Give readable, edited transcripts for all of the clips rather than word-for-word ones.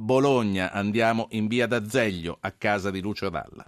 Bologna. Andiamo in via d'Azeglio, a casa di Lucio Dalla.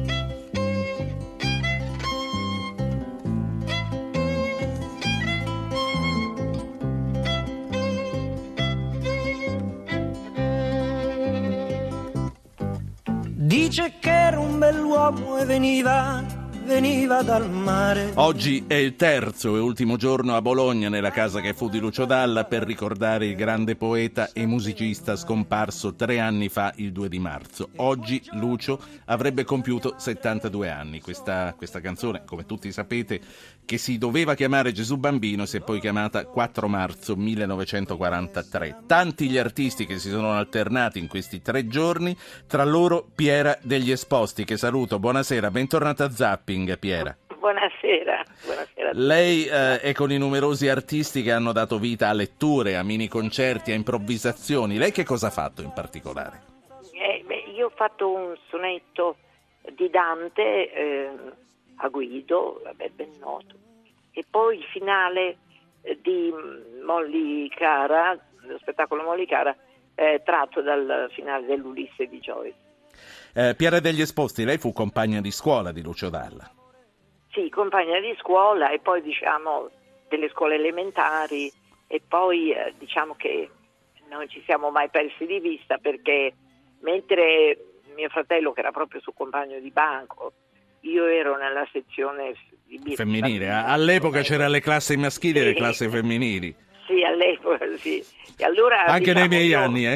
Dice che era un bell'uomo e veniva dal mare. Oggi è il terzo e ultimo giorno a Bologna, nella casa che fu di Lucio Dalla, per ricordare il grande poeta e musicista scomparso 3 anni fa, il 2 di marzo. Oggi Lucio avrebbe compiuto 72 anni. Questa canzone, come tutti sapete, che si doveva chiamare Gesù Bambino, si è poi chiamata 4 marzo 1943. Tanti gli artisti che si sono alternati in questi 3 giorni, tra loro Piera degli Esposti, che saluto. Buonasera, bentornata a Zapping, Piera. Buonasera. Lei è con i numerosi artisti che hanno dato vita a letture, a mini concerti, a improvvisazioni. Lei che cosa ha fatto in particolare? Io ho fatto un sonetto di Dante a Guido, ben noto, e poi il finale di Molly Cara, lo spettacolo Molly Cara, tratto dal finale dell'Ulisse di Joyce. Piera degli Esposti, lei fu compagna di scuola di Lucio Dalla. Sì, compagna di scuola e poi delle scuole elementari, e poi diciamo che non ci siamo mai persi di vista, perché mentre mio fratello, che era proprio suo compagno di banco, io ero nella sezione femminile. All'epoca c'erano le classi maschili e le classi femminili. Sì, all'epoca sì. E allora, anche nei miei anni,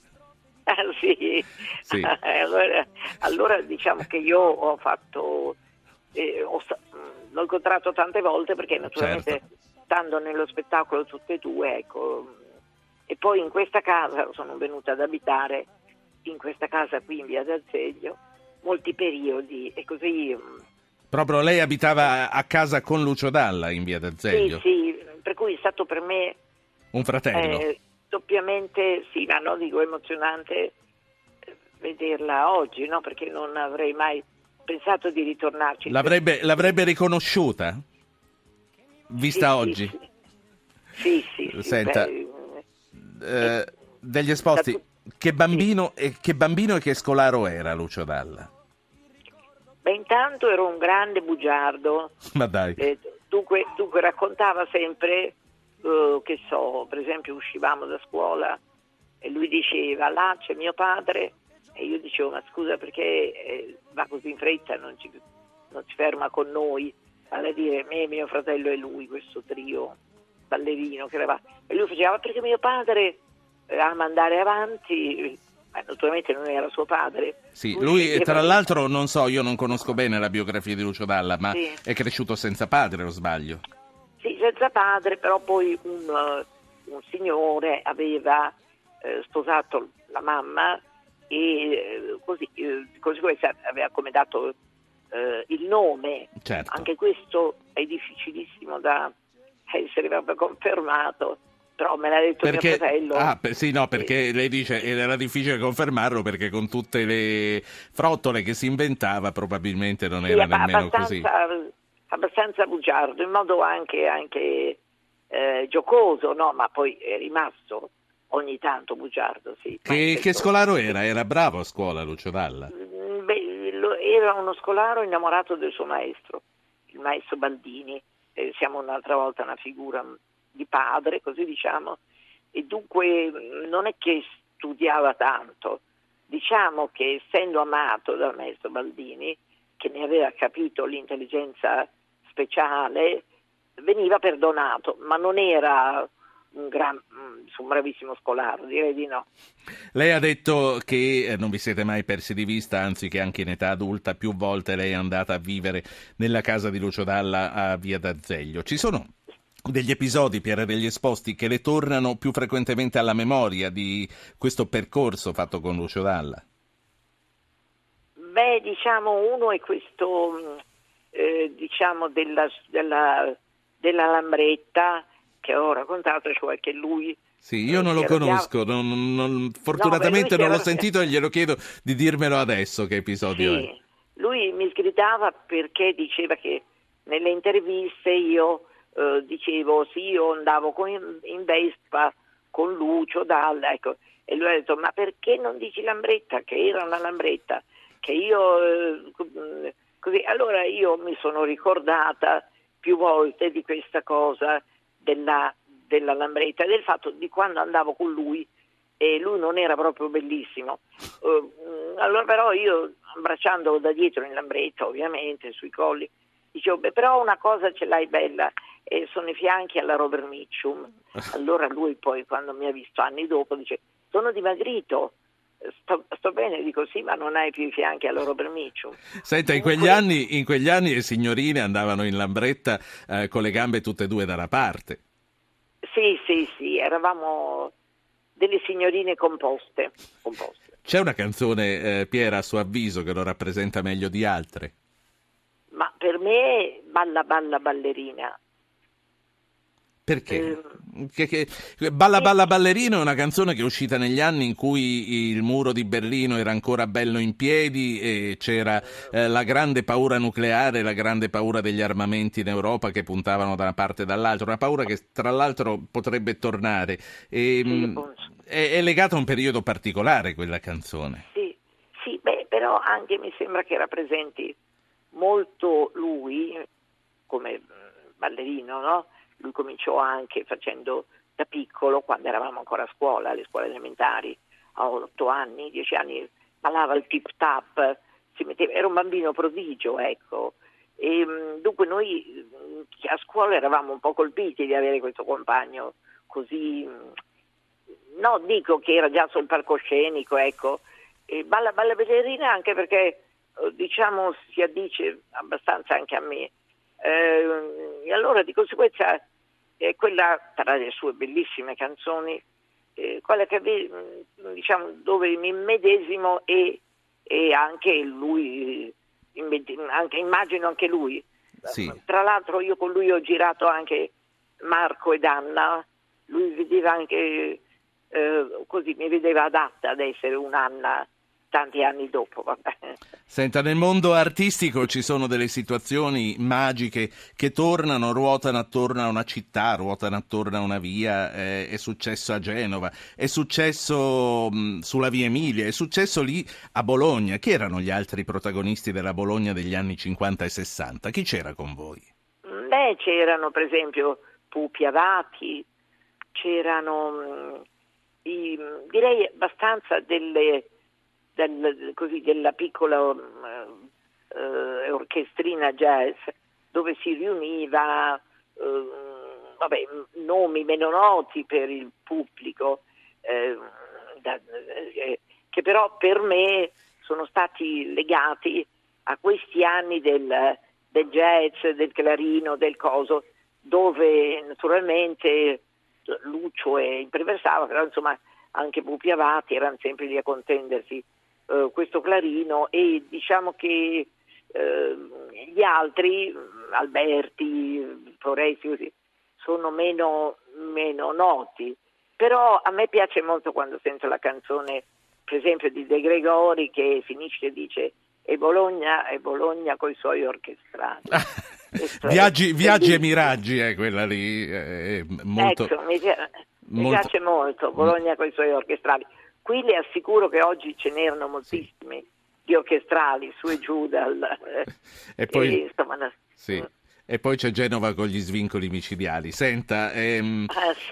sì. Sì. Allora diciamo che io ho fatto, l'ho incontrato tante volte, perché naturalmente, certo, stando nello spettacolo tutte e due, ecco. E poi in questa casa sono venuta ad abitare, in questa casa qui in via d'Azeglio, molti periodi, e così. Proprio lei abitava a casa con Lucio Dalla in via d'Azeglio? Sì, per cui è stato per me un fratello. Doppiamente, sì, ma no, dico, emozionante vederla oggi, no? Perché non avrei mai pensato di ritornarci. L'avrebbe riconosciuta? Vista sì, oggi? Sì. Senta, degli Esposti, che bambino e che scolaro era Lucio Dalla? Beh, intanto ero un grande bugiardo. Ma dai. Dunque raccontava sempre, che so, per esempio uscivamo da scuola e lui diceva: là c'è mio padre, e io dicevo: ma scusa, perché va così in fretta, non si ferma con noi, vale a dire me, mio fratello e lui, questo trio ballerino che eravamo. E lui faceva: perché mio padre ama andare avanti. Ma naturalmente non era suo padre. Sì, lui tra l'altro, non so, io non conosco bene la biografia di Lucio Dalla, ma sì, è cresciuto senza padre, o sbaglio? Sì, senza padre, però poi un signore aveva sposato la mamma, e così di conseguenza aveva come dato il nome. Certo. Anche questo è difficilissimo da essere proprio confermato. Però me l'ha detto mio fratello. Sì, no, perché lei dice era difficile confermarlo, perché con tutte le frottole che si inventava probabilmente non era nemmeno così. Abbastanza bugiardo, in modo anche giocoso, no? Ma poi è rimasto ogni tanto bugiardo, sì. Che scolaro era? Era bravo a scuola Lucio Dalla? Era uno scolaro innamorato del suo maestro, il maestro Baldini. Siamo un'altra volta una figura di padre, così diciamo, e dunque non è che studiava tanto. Diciamo che, essendo amato dal maestro Baldini, che ne aveva capito l'intelligenza speciale, veniva perdonato, ma non era un bravissimo scolaro, direi di no. Lei ha detto che non vi siete mai persi di vista, anzi che anche in età adulta più volte lei è andata a vivere nella casa di Lucio Dalla a via d'Azeglio. Ci sono degli episodi, Piera degli Esposti, che le tornano più frequentemente alla memoria di questo percorso fatto con Lucio Dalla? Beh, diciamo, uno è questo, diciamo, della Lambretta, che ho raccontato, cioè che lui... Sì, io non lo conosco, fortunatamente non l'ho sentito, e glielo chiedo di dirmelo adesso che episodio è. Lui mi sgridava perché diceva che nelle interviste io dicevo sì, io andavo in Vespa con Lucio Dalla, ecco, E lui ha detto: ma perché non dici Lambretta, che era una Lambretta, che io così. Allora io mi sono ricordata più volte di questa cosa della Lambretta e del fatto di quando andavo con lui, e lui non era proprio bellissimo. Allora però io, abbracciandolo da dietro in Lambretta, ovviamente, sui colli, dicevo: beh, però una cosa ce l'hai bella, sono i fianchi alla Robert Mitchum. Allora lui poi, quando mi ha visto anni dopo, dice: sono dimagrito, sto bene. Dico: sì, ma non hai più i fianchi alla Robert Mitchum. Senta, in quegli anni le signorine andavano in Lambretta con le gambe tutte e due da una parte. Sì, eravamo delle signorine composte. C'è una canzone, Piera, a suo avviso, che lo rappresenta meglio di altre? Ma per me Balla balla ballerina. Perché? Balla balla ballerino è una canzone che è uscita negli anni in cui il muro di Berlino era ancora bello in piedi e c'era la grande paura nucleare, la grande paura degli armamenti in Europa che puntavano da una parte e dall'altra, una paura che tra l'altro potrebbe tornare. È legata a un periodo particolare quella canzone. Sì, però anche mi sembra che rappresenti molto lui come ballerino, no? Lui cominciò anche facendo da piccolo, quando eravamo ancora a scuola, alle scuole elementari, a 8 anni, 10 anni, ballava il tip tap, era un bambino prodigio, ecco. E dunque noi a scuola eravamo un po' colpiti di avere questo compagno così, no, dico che era già sul palcoscenico, ecco. E balla ballerina anche perché, diciamo, si addice abbastanza anche a me. E allora di conseguenza quella, tra le sue bellissime canzoni, quella che diciamo dove mi immedesimo e anche lui, immagino anche lui. Sì. Tra l'altro io con lui ho girato anche Marco ed Anna, lui vedeva anche così, mi vedeva adatta ad essere un'Anna tanti anni dopo. Vabbè. Senta, nel mondo artistico ci sono delle situazioni magiche che ruotano attorno a una città, ruotano attorno a una via. È successo a Genova, è successo sulla via Emilia, è successo lì a Bologna. Chi erano gli altri protagonisti della Bologna degli anni 50 e 60? Chi c'era con voi? Beh, c'erano per esempio Pupi Avati, c'erano direi abbastanza della piccola orchestrina jazz dove si riuniva nomi meno noti per il pubblico, che però per me sono stati legati a questi anni del jazz, del clarino, del coso, dove naturalmente Lucio imperversava, però insomma anche Pupi Avati erano sempre lì a contendersi questo clarino, e diciamo che gli altri, Alberti, Floresi, così, sono meno noti. Però a me piace molto quando sento la canzone, per esempio, di De Gregori, che finisce e dice: è Bologna coi suoi orchestrali. Viaggi e miraggi, quella lì è molto, ecco, mi piace molto Bologna coi suoi orchestrali. Qui le assicuro che oggi ce n'erano moltissimi, sì, di orchestrali su e giù e poi sì. E poi c'è Genova con gli svincoli micidiali. Senta, sì.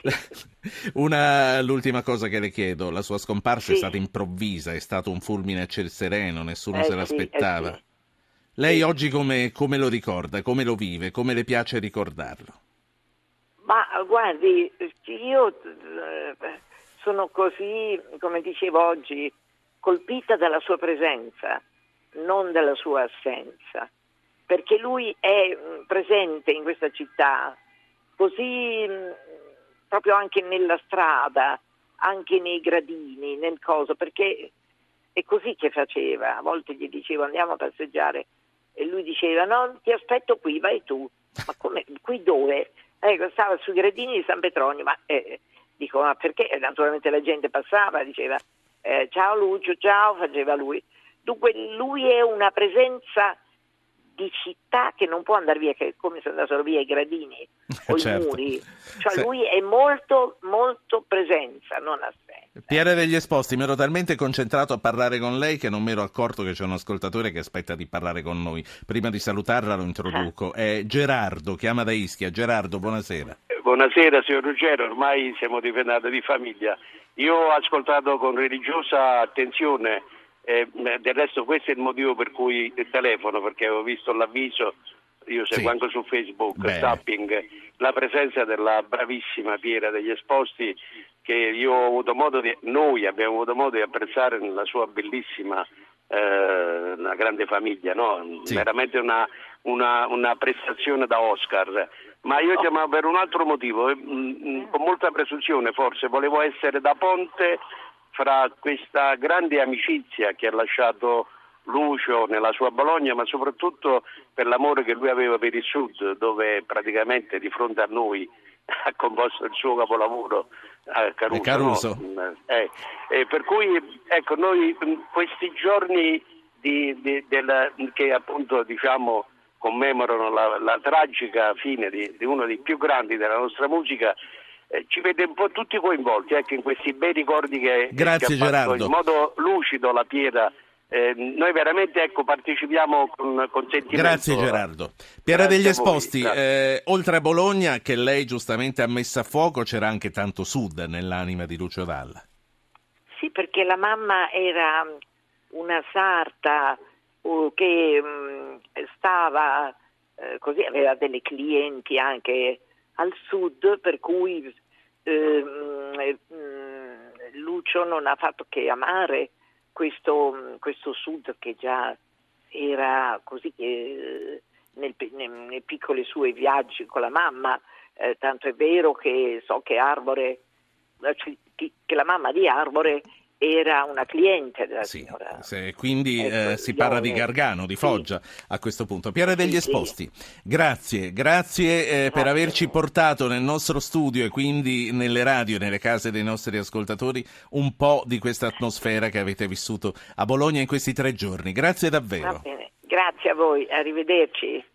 L'ultima cosa che le chiedo: la sua scomparsa, sì, è stata improvvisa, è stato un fulmine a ciel sereno, nessuno se l'aspettava. Sì. Lei oggi come lo ricorda, come lo vive, come le piace ricordarlo? Ma guardi, io sono così, come dicevo oggi, colpita dalla sua presenza, non dalla sua assenza, perché lui è presente in questa città, così proprio anche nella strada, anche nei gradini, nel coso, perché è così che faceva. A volte gli dicevo: andiamo a passeggiare, e lui diceva: no, ti aspetto qui, vai tu. Ma come, qui dove? Ecco, stava sui gradini di San Petronio, ma dico: ma perché? Naturalmente la gente passava, diceva ciao Lucio, ciao, faceva lui. Dunque lui è una presenza di città che non può andare via, che è come se andassero via i gradini o Certo. i muri. Cioè lui è molto, molto presenza, non assenza. Pierre degli Esposti, mi ero talmente concentrato a parlare con lei che non mi ero accorto che c'è un ascoltatore che aspetta di parlare con noi. Prima di salutarla lo introduco. È Gerardo, chiama da Ischia. Gerardo, buonasera. Buonasera signor Ruggero, ormai siamo diventati di famiglia. Io ho ascoltato con religiosa attenzione, del resto questo è il motivo per cui telefono, perché avevo visto l'avviso, io seguo anche su Facebook, Zapping, la presenza della bravissima Piera degli Esposti, che noi abbiamo avuto modo di apprezzare nella sua bellissima una grande famiglia, no? Sì. Veramente una prestazione da Oscar. Ma io chiamavo per un altro motivo, con molta presunzione forse, volevo essere da ponte fra questa grande amicizia che ha lasciato Lucio nella sua Bologna, ma soprattutto per l'amore che lui aveva per il Sud, dove praticamente di fronte a noi ha composto il suo capolavoro a Caruso. No? Per cui ecco, noi questi giorni che appunto diciamo commemorano la tragica fine di uno dei più grandi della nostra musica, ci vede un po' tutti coinvolti in questi bei ricordi che ha fatto in modo lucido la Piera. Noi veramente partecipiamo con sentimento. Grazie Gerardo. Piera degli Esposti, oltre a Bologna, che lei giustamente ha messo a fuoco, c'era anche tanto Sud nell'anima di Lucio Dalla. Sì, perché la mamma era una sarta che stava così, aveva delle clienti anche al Sud, per cui Lucio non ha fatto che amare questo Sud che già era così, nei piccoli suoi viaggi con la mamma, tanto è vero che so che Arbore, che la mamma di Arbore era una cliente della signora. Quindi si parla di Gargano, di Foggia a questo punto. Piera degli Esposti, grazie per averci portato nel nostro studio e quindi nelle radio e nelle case dei nostri ascoltatori un po' di questa atmosfera che avete vissuto a Bologna in questi 3 giorni. Grazie davvero. Va bene. Grazie a voi, arrivederci.